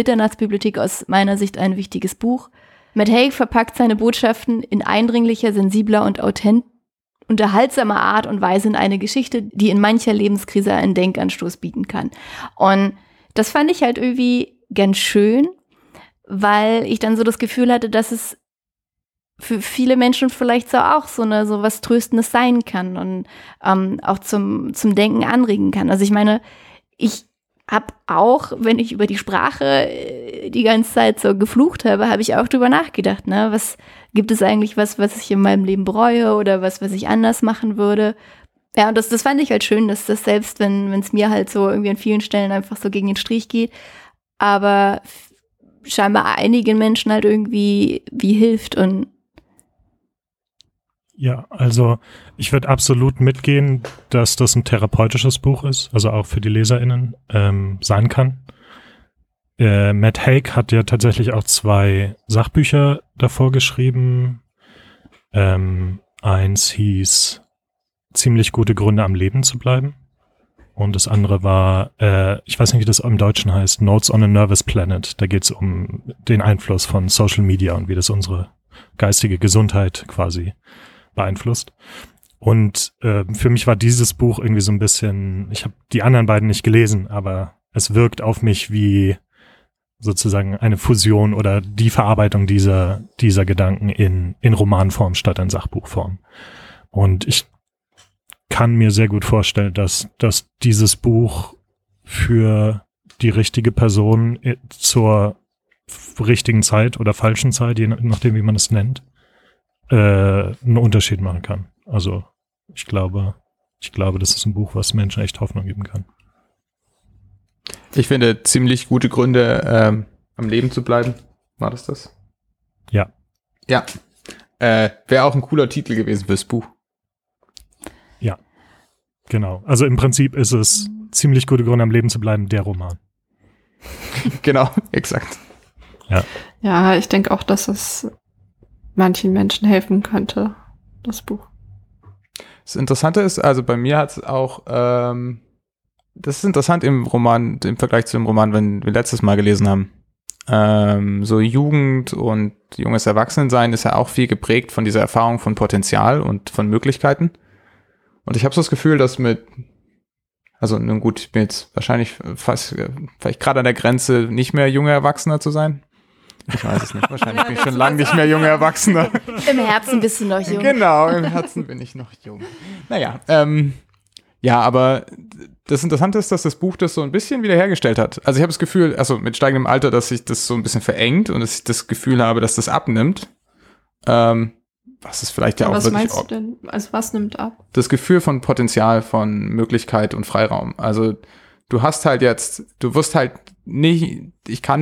ein wichtiges Buch. Matt Haig verpackt seine Botschaften in eindringlicher, sensibler und unterhaltsamer Art und Weise in eine Geschichte, die in mancher Lebenskrise einen Denkanstoß bieten kann. Und das fand ich halt irgendwie ganz schön, weil ich dann so das Gefühl hatte, dass es für viele Menschen vielleicht so auch so was Tröstendes sein kann und auch zum Denken anregen kann. Also ich meine, ich habe auch, wenn ich über die Sprache die ganze Zeit so geflucht habe ich auch drüber nachgedacht, ne? Was gibt es eigentlich was ich in meinem Leben bereue oder was ich anders machen würde? Ja, und das fand ich halt schön, dass das selbst, wenn es mir halt so irgendwie an vielen Stellen einfach so gegen den Strich geht, aber scheinbar einigen Menschen halt irgendwie wie hilft. Und ja, also ich würde absolut mitgehen, dass das ein therapeutisches Buch ist, also auch für die LeserInnen sein kann. Matt Haig hat ja tatsächlich auch 2 Sachbücher davor geschrieben. Eins hieß Ziemlich gute Gründe am Leben zu bleiben. Und das andere war, ich weiß nicht, wie das im Deutschen heißt, Notes on a Nervous Planet. Da geht es um den Einfluss von Social Media und wie das unsere geistige Gesundheit quasi beeinflusst. Und für mich war dieses Buch irgendwie so ein bisschen, ich habe die anderen beiden nicht gelesen, aber es wirkt auf mich wie sozusagen eine Fusion oder die Verarbeitung dieser Gedanken in Romanform statt in Sachbuchform. Und ich kann mir sehr gut vorstellen, dass dieses Buch für die richtige Person zur richtigen Zeit oder falschen Zeit, je nachdem, wie man es nennt, einen Unterschied machen kann. Also ich glaube, das ist ein Buch, was Menschen echt Hoffnung geben kann. Ich finde ziemlich gute Gründe, am Leben zu bleiben. War das? Ja. Ja. Wäre auch ein cooler Titel gewesen fürs Buch. Ja, genau. Also im Prinzip ist es ziemlich gute Gründe, am Leben zu bleiben, der Roman. Genau, exakt. Ja. Ja, ich denke auch, dass es manchen Menschen helfen könnte, das Buch. Das Interessante ist, also bei mir hat es auch, das ist interessant im Roman, im Vergleich zu dem Roman, wenn wir letztes Mal gelesen haben. So Jugend und junges Erwachsenensein ist ja auch viel geprägt von dieser Erfahrung von Potenzial und von Möglichkeiten. Und ich habe so das Gefühl, dass also nun gut, ich bin jetzt wahrscheinlich vielleicht gerade an der Grenze, nicht mehr junger Erwachsener zu sein. Ich weiß es nicht. Wahrscheinlich bin ich schon lange nicht mehr junger Erwachsener. Im Herzen bist du noch jung. Genau, im Herzen bin ich noch jung. Naja, ja, aber das Interessante ist, dass das Buch das so ein bisschen wiederhergestellt hat. Also ich habe das Gefühl, also mit steigendem Alter, dass sich das so ein bisschen verengt und dass ich das Gefühl habe, dass das abnimmt. Was ist vielleicht ja auch was wirklich... Was meinst du denn? Also was nimmt ab? Das Gefühl von Potenzial, von Möglichkeit und Freiraum. Also du wirst halt nicht,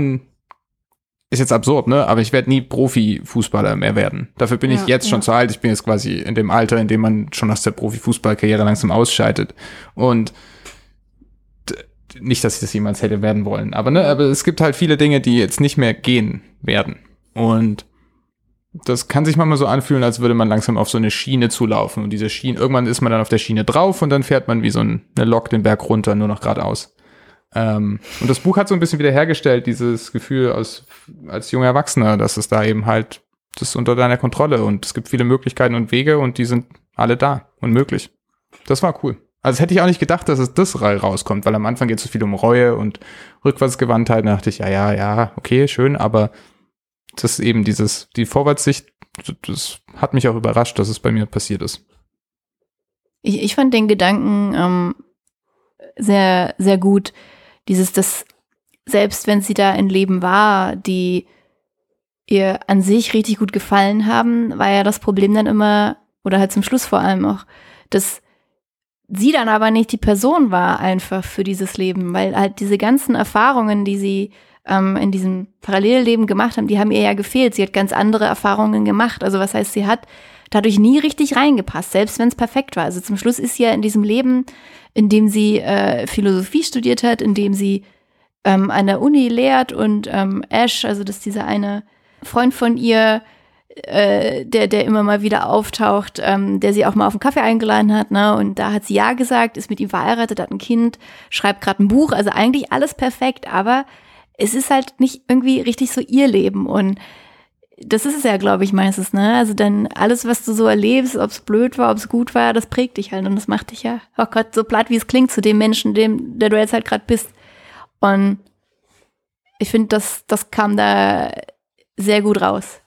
ist jetzt absurd, ne? Aber ich werde nie Profifußballer mehr werden. Dafür bin ich jetzt schon zu alt. Ich bin jetzt quasi in dem Alter, in dem man schon aus der Profifußballkarriere langsam ausscheidet. Und nicht, dass ich das jemals hätte werden wollen. Aber es gibt halt viele Dinge, die jetzt nicht mehr gehen werden. Und das kann sich manchmal so anfühlen, als würde man langsam auf so eine Schiene zulaufen. Und diese Schiene, irgendwann ist man dann auf der Schiene drauf und dann fährt man wie so eine Lok den Berg runter, nur noch geradeaus. Und das Buch hat so ein bisschen wiederhergestellt, dieses Gefühl als junger Erwachsener, dass es da eben halt, das ist unter deiner Kontrolle und es gibt viele Möglichkeiten und Wege und die sind alle da und möglich. Das war cool. Also hätte ich auch nicht gedacht, dass es das rauskommt, weil am Anfang geht es so viel um Reue und Rückwärtsgewandtheit. Da dachte ich, ja, okay, schön, aber das ist eben die Vorwärtssicht, das hat mich auch überrascht, dass es bei mir passiert ist. Ich fand den Gedanken sehr, sehr gut. Dass selbst wenn sie da in Leben war, die ihr an sich richtig gut gefallen haben, war ja das Problem dann immer, oder halt zum Schluss vor allem auch, dass sie dann aber nicht die Person war einfach für dieses Leben, weil halt diese ganzen Erfahrungen, die sie in diesem Parallelleben gemacht haben, die haben ihr ja gefehlt. Sie hat ganz andere Erfahrungen gemacht. Also was heißt, sie hat dadurch nie richtig reingepasst, selbst wenn es perfekt war. Also zum Schluss ist sie ja in diesem Leben, in dem sie Philosophie studiert hat, in dem sie an der Uni lehrt und Ash, also das ist dieser eine Freund von ihr, der immer mal wieder auftaucht, der sie auch mal auf einen Kaffee eingeladen hat, ne? Und da hat sie ja gesagt, ist mit ihm verheiratet, hat ein Kind, schreibt gerade ein Buch, also eigentlich alles perfekt, aber es ist halt nicht irgendwie richtig so ihr Leben und das ist es ja, glaube ich, meistens, ne? Also dann alles, was du so erlebst, ob es blöd war, ob es gut war, das prägt dich halt und das macht dich ja, oh Gott, so platt, wie es klingt, zu dem Menschen, der du jetzt halt gerade bist. Und ich finde, das kam da sehr gut raus.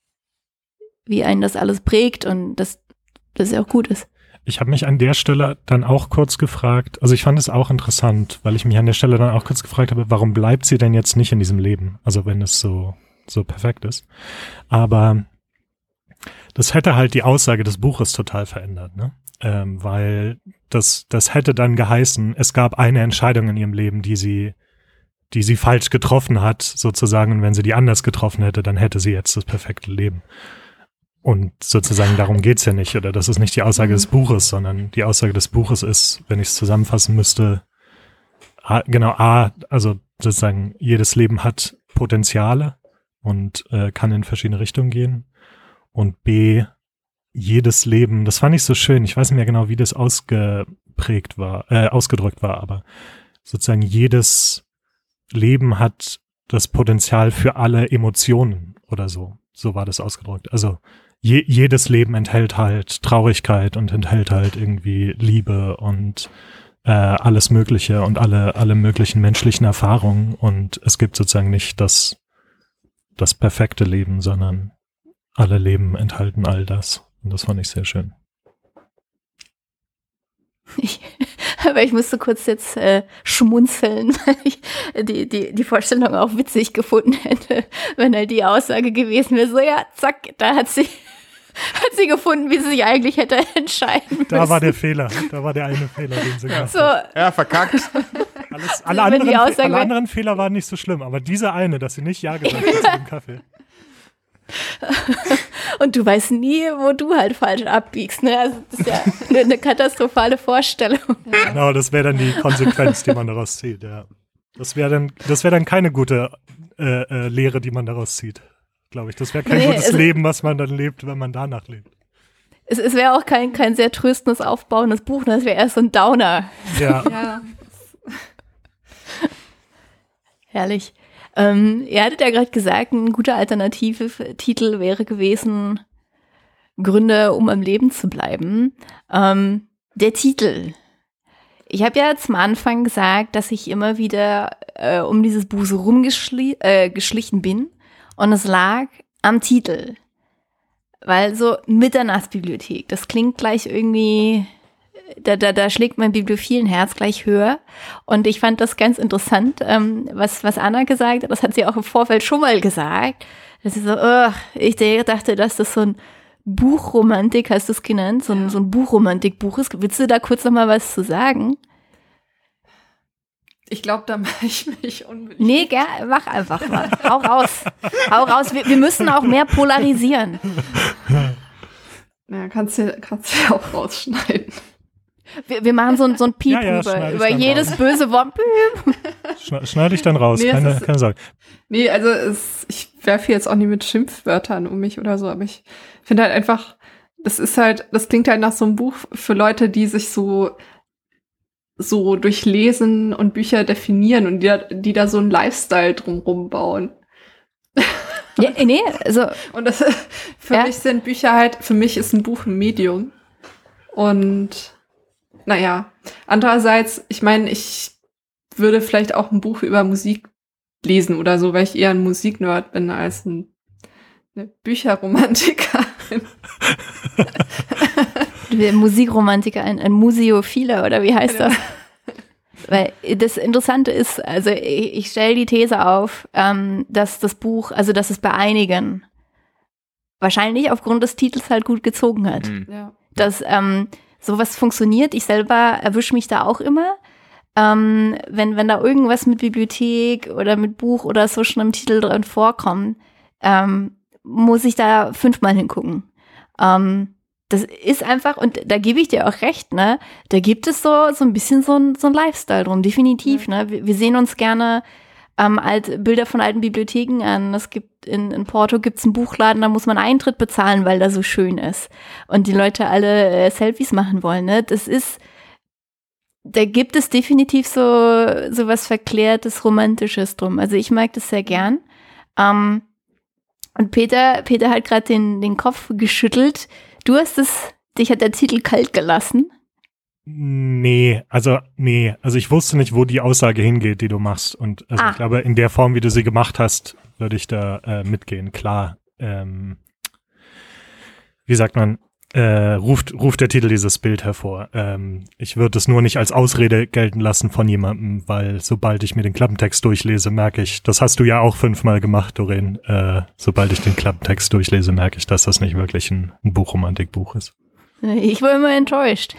Wie einen das alles prägt und dass das ja auch gut ist. Ich habe mich an der Stelle dann auch kurz gefragt, also ich fand es auch interessant, weil ich mich an der Stelle dann auch kurz gefragt habe, warum bleibt sie denn jetzt nicht in diesem Leben? Also wenn es so perfekt ist. Aber das hätte halt die Aussage des Buches total verändert, ne? Weil das hätte dann geheißen, es gab eine Entscheidung in ihrem Leben, die sie falsch getroffen hat, sozusagen, und wenn sie die anders getroffen hätte, dann hätte sie jetzt das perfekte Leben. Und sozusagen darum geht's ja nicht, oder das ist nicht die Aussage des Buches, sondern die Aussage des Buches ist, wenn ich es zusammenfassen müsste, also sozusagen jedes Leben hat Potenziale und kann in verschiedene Richtungen gehen. Und B, jedes Leben, das fand ich so schön, ich weiß nicht mehr genau, wie das ausgedrückt war, aber sozusagen jedes Leben hat das Potenzial für alle Emotionen oder so. So war das ausgedrückt. Also jedes Leben enthält halt Traurigkeit und enthält halt irgendwie Liebe und alles Mögliche und alle möglichen menschlichen Erfahrungen. Und es gibt sozusagen nicht das perfekte Leben, sondern alle Leben enthalten all das. Und das fand ich sehr schön. Aber ich musste kurz jetzt schmunzeln, weil ich die Vorstellung auch witzig gefunden hätte, wenn halt die Aussage gewesen wäre, so ja, zack, da hat sie gefunden, wie sie sich eigentlich hätte entscheiden müssen. Da war der Fehler, da war der eine Fehler, den sie gemacht hat. Ja, verkackt. Alle anderen Fehler waren nicht so schlimm, aber dieser eine, dass sie nicht Ja gesagt hat zu dem Kaffee. Und du weißt nie, wo du halt falsch abbiegst, ne? Also das ist ja eine katastrophale Vorstellung. Ja. Genau, das wäre dann die Konsequenz, die man daraus zieht, ja. Das wäre dann keine gute Lehre, die man daraus zieht, glaube ich. Das wäre kein gutes Leben, was man dann lebt, wenn man danach lebt. Es wäre auch kein sehr tröstendes, aufbauendes Buch, ne? Es wäre erst so ein Downer. Ja. Herrlich. Ihr hattet ja gerade gesagt, ein guter Alternative-Titel wäre gewesen, Gründe, um am Leben zu bleiben. Der Titel. Ich habe ja zum Anfang gesagt, dass ich immer wieder um dieses Buch so rumgeschlichen bin und es lag am Titel. Weil so Mitternachtsbibliothek, das klingt gleich irgendwie, da schlägt mein bibliophilen Herz gleich höher. Und ich fand das ganz interessant, was Anna gesagt hat, das hat sie auch im Vorfeld schon mal gesagt. Dass sie so, ich dachte, dass das so ein Buchromantik, hast du es genannt, so ein Buchromantikbuch ist. Willst du da kurz noch mal was zu sagen? Ich glaube, da mache ich mich unbedingt. Nee, mach einfach mal. Hau raus. Hau raus. Wir müssen auch mehr polarisieren. Ja, kannst du auch rausschneiden. Wir machen so ein Piep über jedes böse Wort. Schneide ich dann raus, Nee, keine Sorge. Nee, also ich werfe jetzt auch nicht mit Schimpfwörtern um mich oder so, aber ich finde halt einfach, das klingt halt nach so einem Buch für Leute, die sich so durch Lesen und Bücher definieren und die da so einen Lifestyle drumrum bauen. Ja, nee, also. Und das, für mich sind Bücher halt, für mich ist ein Buch ein Medium. Und naja, andererseits, ich meine, ich würde vielleicht auch ein Buch über Musik lesen oder so, weil ich eher ein Musiknerd bin als eine Bücherromantikerin. Musikromantiker, ein Museophiler oder wie heißt das? Weil das Interessante ist, also ich stelle die These auf, dass das Buch, also dass es bei einigen wahrscheinlich aufgrund des Titels halt gut gezogen hat. Ja. Dass sowas funktioniert. Ich selber erwische mich da auch immer. Wenn da irgendwas mit Bibliothek oder mit Buch oder so schon im Titel drin vorkommt, muss ich da 5-mal hingucken. Das ist einfach, und da gebe ich dir auch recht, ne? Da gibt es so ein bisschen so ein Lifestyle drum, definitiv, ne? Wir sehen uns gerne Bilder von alten Bibliotheken an. Es gibt in Porto gibt's einen Buchladen, da muss man Eintritt bezahlen, weil da so schön ist. Und die Leute alle Selfies machen wollen, ne? Da gibt es definitiv so was Verklärtes, Romantisches drum. Also ich mag das sehr gern. Und Peter hat gerade den Kopf geschüttelt. Dich hat der Titel kalt gelassen. Nee, also ich wusste nicht, wo die Aussage hingeht, die du machst. Und also ich glaube, in der Form, wie du sie gemacht hast, würde ich da mitgehen. Klar, wie sagt man, ruft der Titel dieses Bild hervor. Ich würde es nur nicht als Ausrede gelten lassen von jemandem, weil sobald ich mir den Klappentext durchlese, merke ich, das hast du ja auch 5-mal gemacht, Doreen, sobald ich den Klappentext durchlese, merke ich, dass das nicht wirklich ein Buchromantikbuch ist. Ich war immer enttäuscht.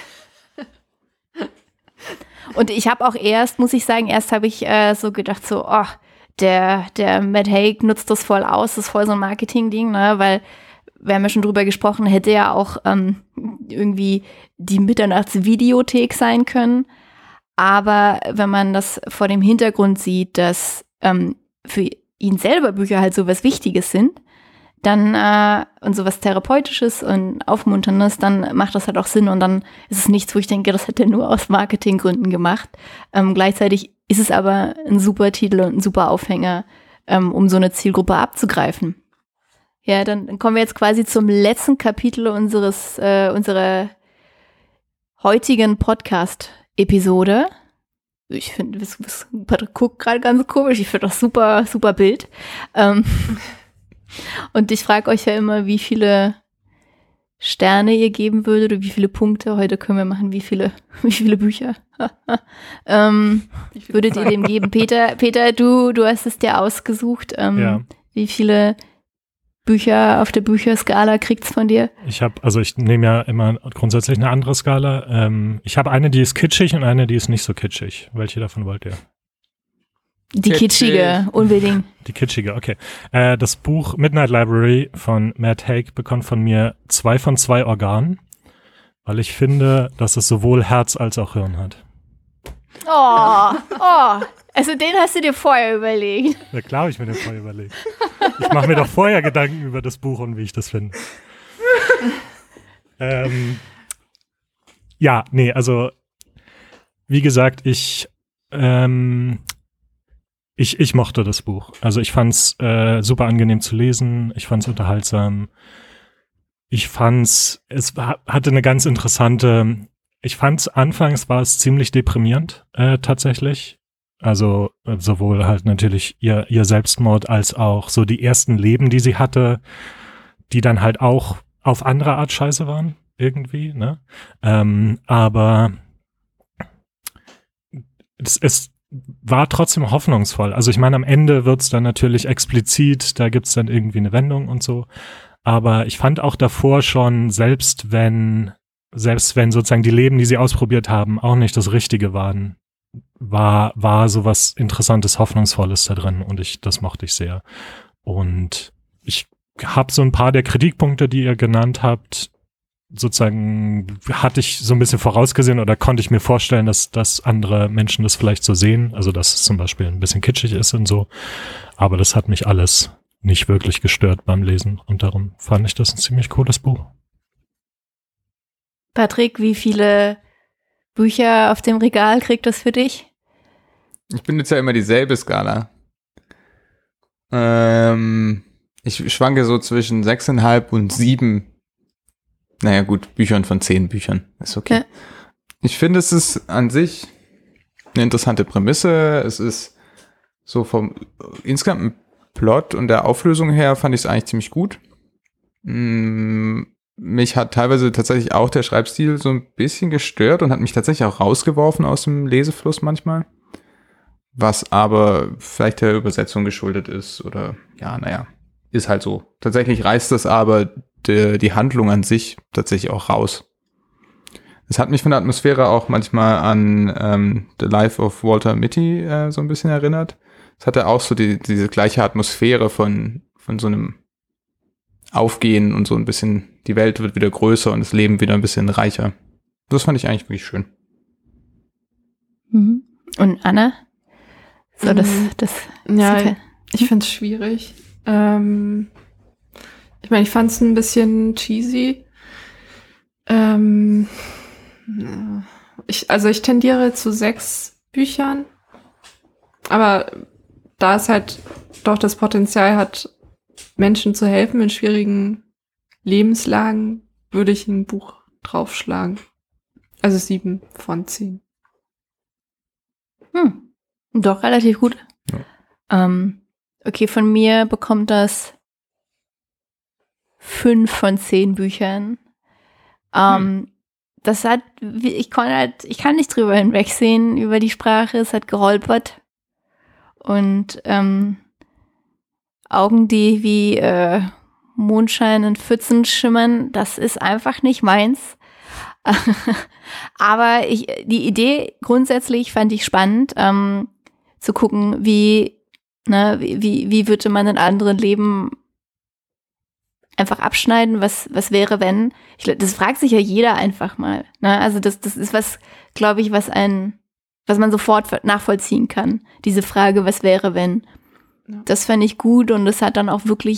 Und ich habe auch muss ich sagen, habe ich so gedacht, der Matt Haig nutzt das voll aus, das ist voll so ein Marketing-Ding, ne, weil wir haben ja schon drüber gesprochen, hätte ja auch irgendwie die Mitternachtsvideothek sein können. Aber wenn man das vor dem Hintergrund sieht, dass für ihn selber Bücher halt so was Wichtiges sind, dann und so was Therapeutisches und Aufmunterndes, dann macht das halt auch Sinn. Und dann ist es nichts, wo ich denke, das hat er nur aus Marketinggründen gemacht. Gleichzeitig ist es aber ein super Titel und ein super Aufhänger, um so eine Zielgruppe abzugreifen. Ja, dann kommen wir jetzt quasi zum letzten Kapitel unserer heutigen Podcast-Episode. Ich finde, Patrick guckt gerade ganz komisch. Ich finde das super, super Bild. Und ich frage euch ja immer, wie viele Sterne ihr geben würdet oder wie viele Punkte. Heute können wir machen, wie viele Bücher würdet ihr dem geben? Peter, du hast es dir ausgesucht. Ja. Wie viele Bücher auf der Bücherskala kriegt's von dir? Ich nehme ja immer grundsätzlich eine andere Skala. Ich habe eine, die ist kitschig und eine, die ist nicht so kitschig. Welche davon wollt ihr? Die kitschige, unbedingt. Die kitschige, okay. Das Buch Midnight Library von Matt Haig bekommt von mir 2 von 2 Organen, weil ich finde, dass es sowohl Herz als auch Hirn hat. Oh. Also den hast du dir vorher überlegt. Ja klar habe ich mir den vorher überlegt. Ich mache mir doch vorher Gedanken über das Buch und wie ich das finde. Also wie gesagt, ich mochte das Buch. Also ich fand's super angenehm zu lesen. Ich fand's unterhaltsam. Hatte eine ganz interessante, anfangs war es ziemlich deprimierend, tatsächlich. Also sowohl halt natürlich ihr Selbstmord als auch so die ersten Leben, die sie hatte, die dann halt auch auf andere Art scheiße waren, irgendwie, ne? Aber es war trotzdem hoffnungsvoll. Also ich meine, am Ende wird's dann natürlich explizit, da gibt's dann irgendwie eine Wendung und so. Aber ich fand auch davor schon, selbst wenn sozusagen die Leben, die sie ausprobiert haben, auch nicht das Richtige waren, war so was Interessantes, Hoffnungsvolles da drin und das mochte ich sehr. Und ich habe so ein paar der Kritikpunkte, die ihr genannt habt, sozusagen hatte ich so ein bisschen vorausgesehen oder konnte ich mir vorstellen, dass andere Menschen das vielleicht so sehen, also dass es zum Beispiel ein bisschen kitschig ist und so, aber das hat mich alles nicht wirklich gestört beim Lesen und darum fand ich das ein ziemlich cooles Buch. Patrick, wie viele Bücher auf dem Regal kriegt das für dich? Ich benutze ja immer dieselbe Skala. Ich schwanke so zwischen 6,5 und 7. Naja gut, Büchern von 10 Büchern. Ist okay. Ich finde, es ist an sich eine interessante Prämisse. Es ist so vom insgesamt Plot und der Auflösung her fand ich es eigentlich ziemlich gut. Mich hat teilweise tatsächlich auch der Schreibstil so ein bisschen gestört und hat mich tatsächlich auch rausgeworfen aus dem Lesefluss manchmal. Was aber vielleicht der Übersetzung geschuldet ist oder ja, naja, ist halt so. Tatsächlich reißt das aber die Handlung an sich tatsächlich auch raus. Es hat mich von der Atmosphäre auch manchmal an The Life of Walter Mitty so ein bisschen erinnert. Es hatte auch so diese gleiche Atmosphäre von so einem Aufgehen und so ein bisschen, die Welt wird wieder größer und das Leben wieder ein bisschen reicher. Das fand ich eigentlich wirklich schön. Mhm. Und Anna? So, ja, ich finde es schwierig. Ich meine, ich fand es ein bisschen cheesy. Ich tendiere zu 6 Büchern, aber da es halt doch das Potenzial hat, Menschen zu helfen in schwierigen Lebenslagen, würde ich ein Buch draufschlagen. Also 7 von 10. Doch, relativ gut. Ja. Okay, von mir bekommt das 5 von 10 Büchern. Das hat, ich kann nicht drüber hinwegsehen über die Sprache, es hat geholpert. Und Augen, die wie Mondschein und Pfützen schimmern, das ist einfach nicht meins. Aber die Idee grundsätzlich fand ich spannend, zu gucken, wie würde man in anderen Leben einfach abschneiden, was wäre, wenn. Das fragt sich ja jeder einfach mal. Ne? Also das ist was, glaube ich, was man sofort nachvollziehen kann. Diese Frage, was wäre, wenn. Ja. Das fand ich gut und es hat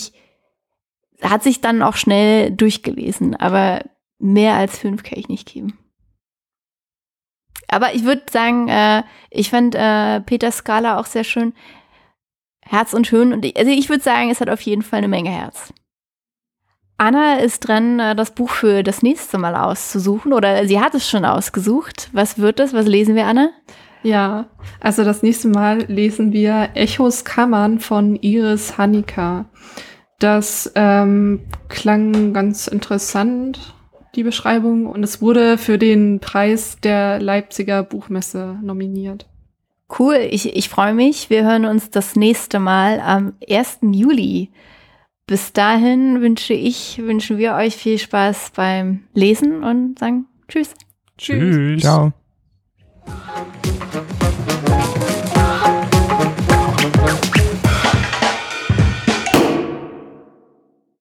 sich dann auch schnell durchgelesen, aber mehr als 5 kann ich nicht geben. Aber ich würde sagen, ich fand Peter Scala auch sehr schön. Herz und Höhen. Und ich würde sagen, es hat auf jeden Fall eine Menge Herz. Anna ist dran, das Buch für das nächste Mal auszusuchen. Oder sie hat es schon ausgesucht. Was wird es? Was lesen wir, Anna? Ja, also das nächste Mal lesen wir Echos Kammern von Iris Hanika. Das klang ganz interessant, die Beschreibung. Und es wurde für den Preis der Leipziger Buchmesse nominiert. Cool, ich freue mich. Wir hören uns das nächste Mal am 1. Juli. Bis dahin wünschen wir euch viel Spaß beim Lesen und sagen Tschüss. Tschüss. Ciao.